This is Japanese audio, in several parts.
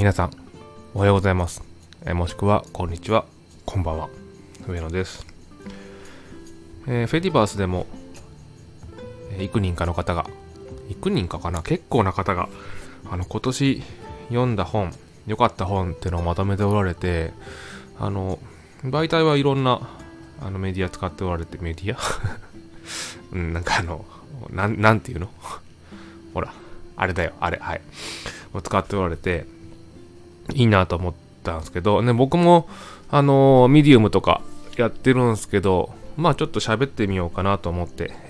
皆さんおはようございます。もしくはこんにちは、こんばんは。上野です。フェディバースでも幾人かな結構な方が今年読んだ本、良かった本っていうのをまとめておられて、媒体はいろんなメディア使っておられて、メディアなんかなんていうのほら、あれだよ、あれ、はい。使っておられて、いいなと思ったんですけど、ね、僕も、ミディウムとかやってるんですけど、まあちょっと喋ってみようかなと思って、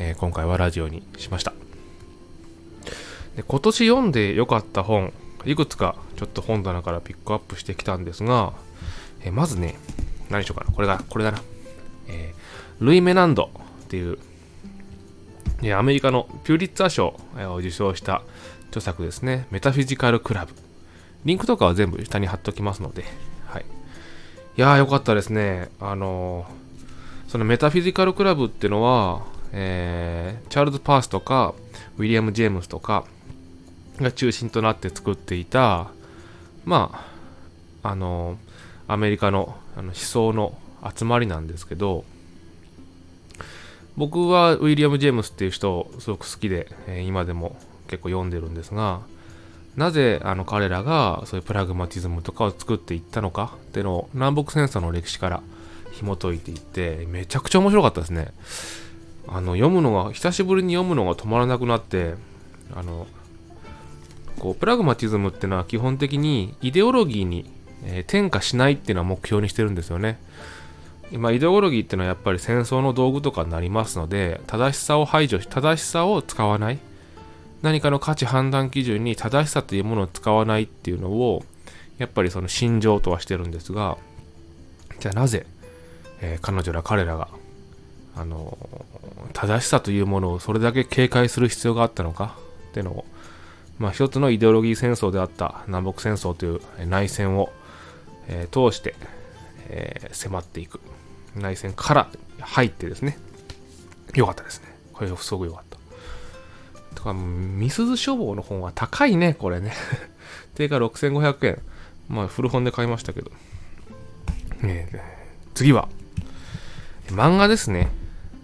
今回はラジオにしました。で、今年読んで良かった本、いくつかちょっと本棚からピックアップしてきたんですが、まずね、何しようかな、これだな。ルイ・メナンドっていう、アメリカのピューリッツァー賞を受賞した著作ですね。メタフィジカルクラブ。リンクとかは全部下に貼っておきますので、はい。いやー、よかったですね。そのメタフィジカルクラブっていうのは、チャールズ・パースとか、ウィリアム・ジェームスとかが中心となって作っていた、まあ、アメリカの思想の集まりなんですけど、僕はウィリアム・ジェームスっていう人をすごく好きで、今でも結構読んでるんですが、なぜ彼らがそういうプラグマティズムとかを作っていったのかっていうのを南北戦争の歴史から紐解いていって、めちゃくちゃ面白かったですね。久しぶりに読むのが止まらなくなって、プラグマティズムっていうのは基本的にイデオロギーに、転化しないっていうのは目標にしてるんですよね。今イデオロギーっていうのはやっぱり戦争の道具とかになりますので、正しさを排除し、正しさを使わない、何かの価値判断基準に正しさというものを使わないっていうのをやっぱりその信条とはしてるんですが、じゃあなぜ、彼らが正しさというものをそれだけ警戒する必要があったのかっていうのを、一つのイデオロギー戦争であった南北戦争という内戦を、通して、迫っていく。内戦から入ってですね、よかったですね。これすごくよかった。とか、みすゞ書房の本は高いね、これね。定価6500円。古本で買いましたけど。次は、漫画ですね。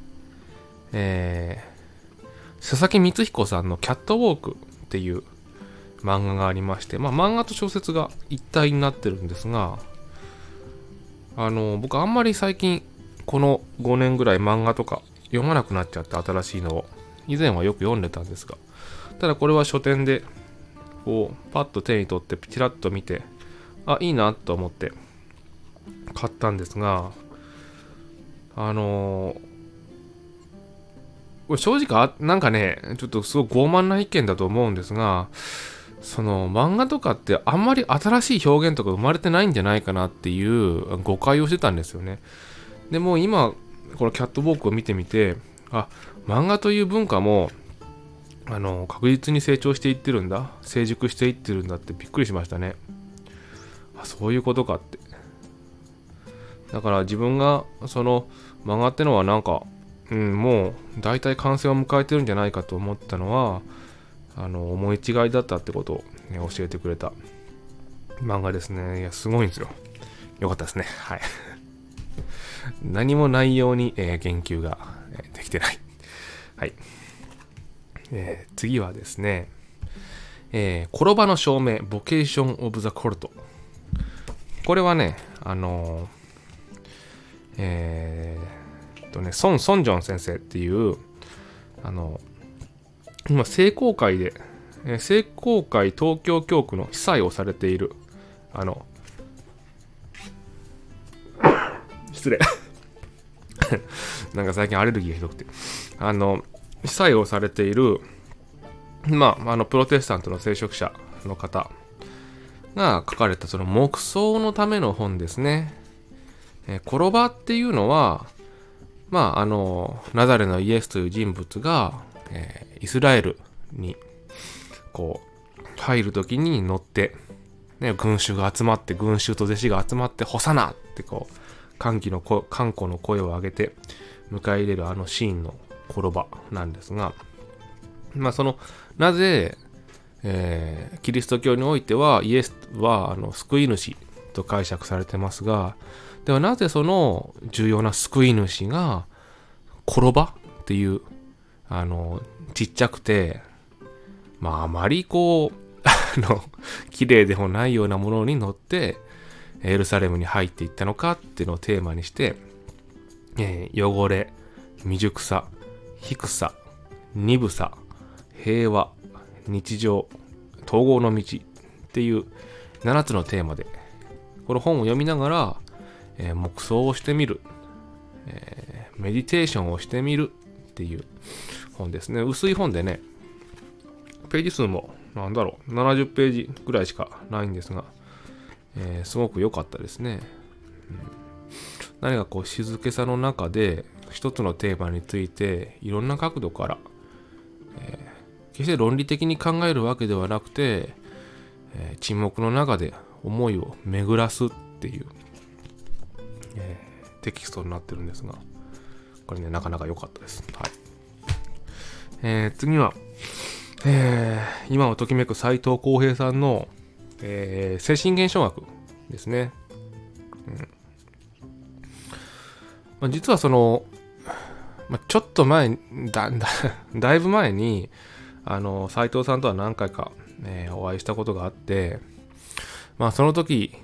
佐々木光彦さんのキャットウォークっていう漫画がありまして、漫画と小説が一体になってるんですが、僕あんまり最近、この5年ぐらい漫画とか読まなくなっちゃって、新しいのを。以前はよく読んでたんですが、ただこれは書店でこうパッと手に取ってチラッと見て、いいなと思って買ったんですが、正直なんかね、ちょっとすごい傲慢な意見だと思うんですが、その漫画とかってあんまり新しい表現とか生まれてないんじゃないかなっていう誤解をしてたんですよね。でも今このキャットウォークを見てみて、漫画という文化も確実に成長していってるんだ、成熟していってるんだってびっくりしましたね。そういうことかって。だから自分がその漫画ってのはなんか、もう大体完成を迎えてるんじゃないかと思ったのは思い違いだったってことを、教えてくれた漫画ですね。いや、すごいんですよ。よかったですね。はい。何も内容に、言及ができてない。はい。次はですね、転ばの証明、ボケーション・オブ・ザ・コルト。これはね、ソン・ジョン先生っていう、今、聖公会で、聖公会東京教区の司祭をされている、失礼。なんか最近アレルギーがひどくて。司祭をされている、プロテスタントの聖職者の方が書かれたその黙想のための本ですね。転ばっていうのは、ナザレのイエスという人物が、イスラエルにこう入るときに乗って、群衆が集まって、群衆と弟子が集まって、ホサナってこう歓喜の声を上げて迎え入れるシーンの転ばなんですが、なぜ、 キリスト教においてはイエスは救い主と解釈されてますが、ではなぜその重要な救い主が転ばっていうちっちゃくてあまり綺麗でもないようなものに乗ってエルサレムに入っていったのかっていうのをテーマにして、汚れ、未熟さ、低さ、鈍さ、平和、日常、統合の道っていう7つのテーマでこの本を読みながら、黙想をしてみる、メディテーションをしてみるっていう本ですね。薄い本でね、ページ数も70ページぐらいしかないんですが、すごく良かったですね。何か静けさの中で一つのテーマについていろんな角度から、決して論理的に考えるわけではなくて、沈黙の中で思いを巡らすっていう、テキストになってるんですが、これねなかなか良かったです。はい。次は、今をときめく斉藤浩平さんの、精神現象学ですね。実はちょっと前だいぶ前に斉藤さんとは何回か、お会いしたことがあって、その時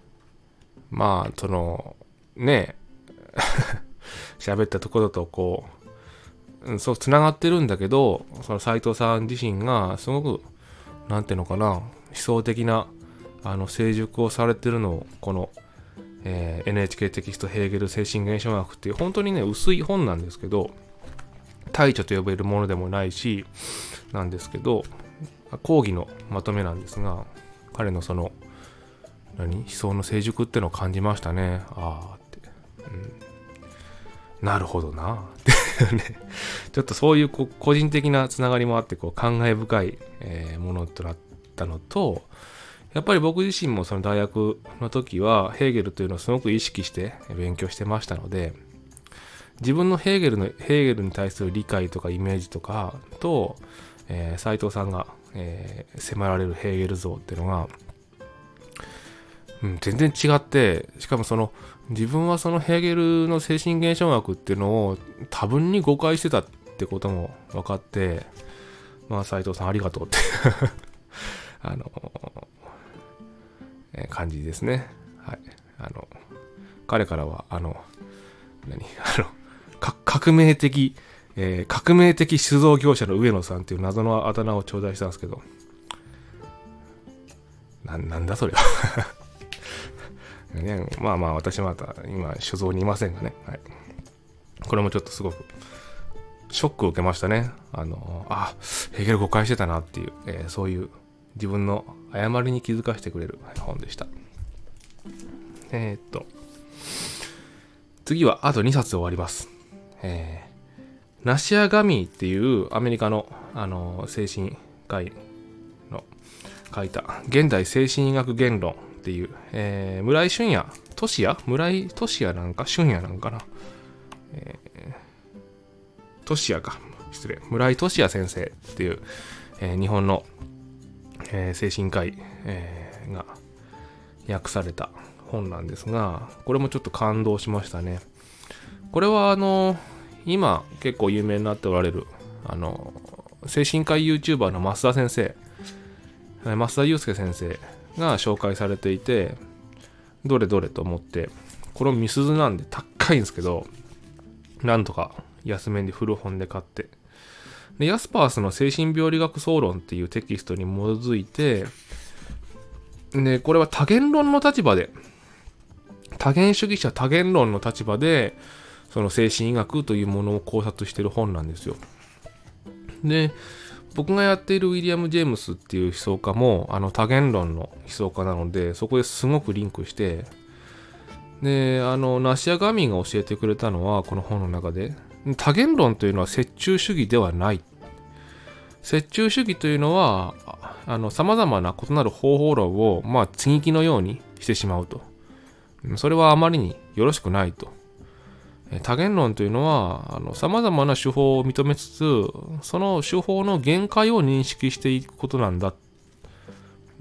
喋ったところとそうつながってるんだけど、その斉藤さん自身がすごく思想的な成熟をされてるのをこの、NHK テキストヘーゲル精神現象学っていう本当にね薄い本なんですけど、大著と呼べるものでもないしなんですけど、講義のまとめなんですが、彼の思想の成熟ってのを感じましたね。って、なるほどなってね、ちょっとそういう個人的なつながりもあって感慨深い、ものとなったのと、やっぱり僕自身もその大学の時はヘーゲルというのをすごく意識して勉強してましたので、自分のヘーゲルに対する理解とかイメージとかと、斉藤さんが、迫られるヘーゲル像っていうのが、全然違って、しかも自分はそのヘーゲルの精神現象学っていうのを多分に誤解してたってことも分かって、斉藤さんありがとうって感じですね。はい。彼からは革命的酒造業者の上野さんっていう謎のあだ名を頂戴したんですけど、なんだそれはね、私また今酒造にいませんがね、はい、これもちょっとすごくショックを受けましたね。ヘーゲル誤解してたなっていう、そういう自分の誤りに気づかせてくれる本でした。次はあと2冊終わります。ナシア・ガミーっていうアメリカの、精神科医の書いた現代精神医学言論っていう、村井俊也村井俊也なんか俊也なんかな、俊也か失礼村井俊也先生っていう、日本の、精神科医、が訳された本なんですが、これもちょっと感動しましたね。これは今結構有名になっておられる精神科医 YouTuber の増田先生、増田祐介先生が紹介されていて、どれどれと思って、これもミスズなんで高いんですけど、なんとか安めに古本で買って、でヤスパースの精神病理学総論っていうテキストに基づいて、でこれは多元論の立場で、多元主義者多元論の立場でその精神医学というものを考察している本なんですよ。で僕がやっているウィリアム・ジェームスっていう思想家も多元論の思想家なので、そこですごくリンクして、でナシア・ガミーが教えてくれたのは、この本の中で多元論というのは折衷主義ではない。折衷主義というのは様々な異なる方法論を接ぎ木のようにしてしまうと。それはあまりによろしくないと。多元論というのは様々な手法を認めつつ、その手法の限界を認識していくことなんだっ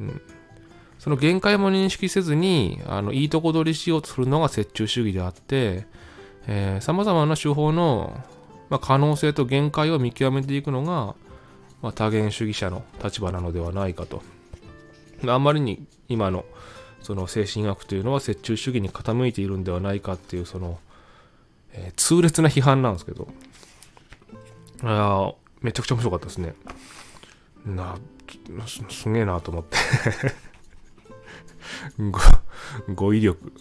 その限界も認識せずにいいとこ取りしようとするのが折衷主義であって、様々な手法の、可能性と限界を見極めていくのが、多元主義者の立場なのではないかと。あんまりに今のその精神学というのは折衷主義に傾いているんではないかっていう痛烈な批判なんですけど、めちゃくちゃ面白かったですね。すげえなと思って語彙力、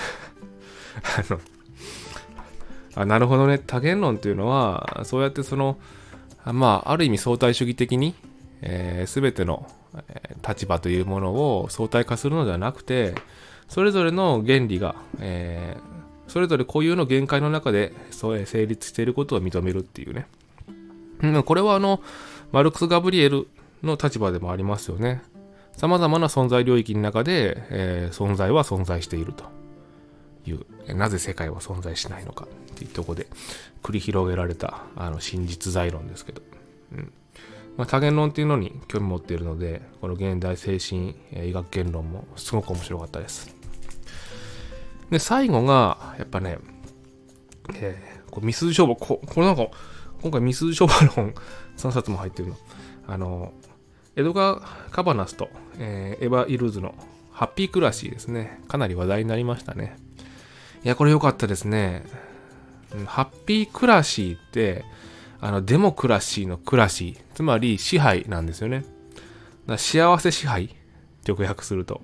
はい。なるほどね。多元論というのはそうやってある意味相対主義的に、全ての立場というものを相対化するのではなくて、それぞれの原理が、それぞれ固有の限界の中で成立していることを認めるっていうね。これはマルクス・ガブリエルの立場でもありますよね。様々な存在領域の中で、存在は存在しているという、なぜ世界は存在しないのかっていうところで繰り広げられた真実在論ですけど、多元論っていうのに興味持っているので、この現代精神医学言論もすごく面白かったです。で、最後がやっぱね、ミスズ商法、これなんか今回ミスズ商法論3冊も入ってるの。エドガー・カバナスと、エヴァ・イルーズのハッピークラシーですね。かなり話題になりましたね。いや、これ良かったですね。ハッピークラシーって、デモクラシーのクラシー、つまり支配なんですよね。幸せ支配、直訳すると。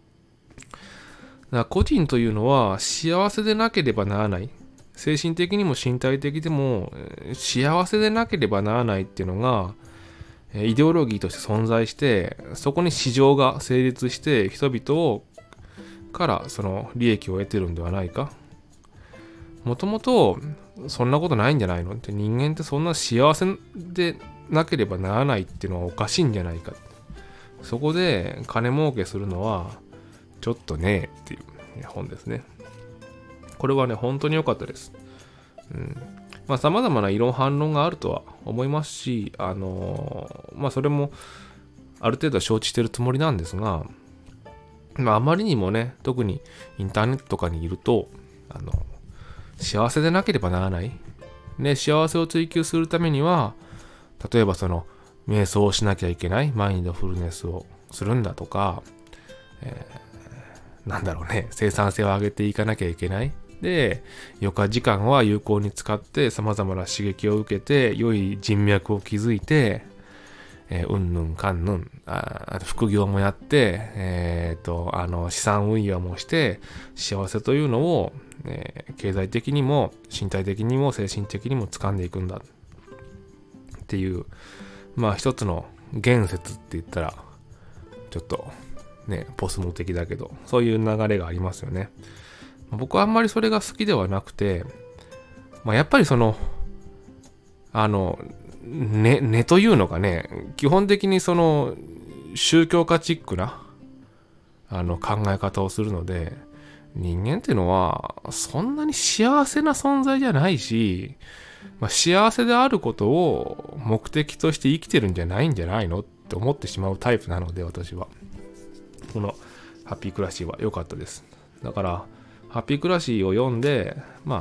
個人というのは幸せでなければならない。精神的にも身体的でも幸せでなければならないっていうのが、イデオロギーとして存在して、そこに市場が成立して人々からその利益を得てるんではないか。もともとそんなことないんじゃないのって、人間ってそんな幸せでなければならないっていうのはおかしいんじゃないか。そこで金儲けするのはちょっとねっていう本ですね。これはね本当に良かったです。様々な異論反論があるとは思いますし、それもある程度は承知してるつもりなんですが、あまりにもね、特にインターネットとかにいると、幸せでなければならない。で、幸せを追求するためには、例えば瞑想をしなきゃいけない、マインドフルネスをするんだとか、生産性を上げていかなきゃいけない。で、余暇時間は有効に使って様々な刺激を受けて良い人脈を築いて、うんぬんかんぬん、あと副業もやって、資産運用もして幸せというのを、経済的にも身体的にも精神的にも掴んでいくんだっていう、一つの言説って言ったらちょっとねポスモ的だけど、そういう流れがありますよね。僕はあんまりそれが好きではなくて、やっぱりねというのがね、基本的に宗教家チックな考え方をするので、人間っていうのはそんなに幸せな存在じゃないし、幸せであることを目的として生きてるんじゃないんじゃないのって思ってしまうタイプなので、私はこのハッピークラシーは良かったです。だからハッピークラシーを読んで、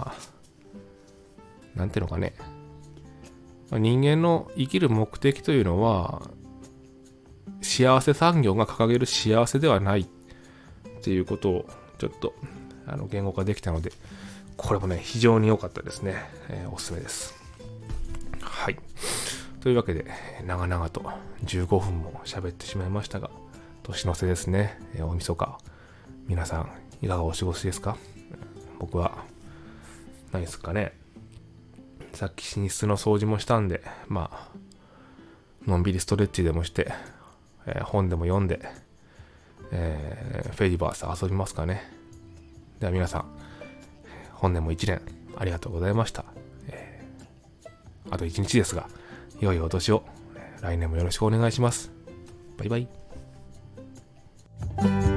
なんていうのかね、人間の生きる目的というのは幸せ産業が掲げる幸せではないっていうことをちょっと言語化できたので、これもね非常に良かったですね。おすすめです。はい。というわけで長々と15分も喋ってしまいましたが、年の瀬ですね。大晦日、皆さんいかがお過ごしですか？僕は何ですかね。さっき寝室の掃除もしたんで、のんびりストレッチでもして、本でも読んで、フェディバース遊びますかね。では皆さん、本年も1年ありがとうございました。あと1日ですが、良いお年を、来年もよろしくお願いします。バイバイ。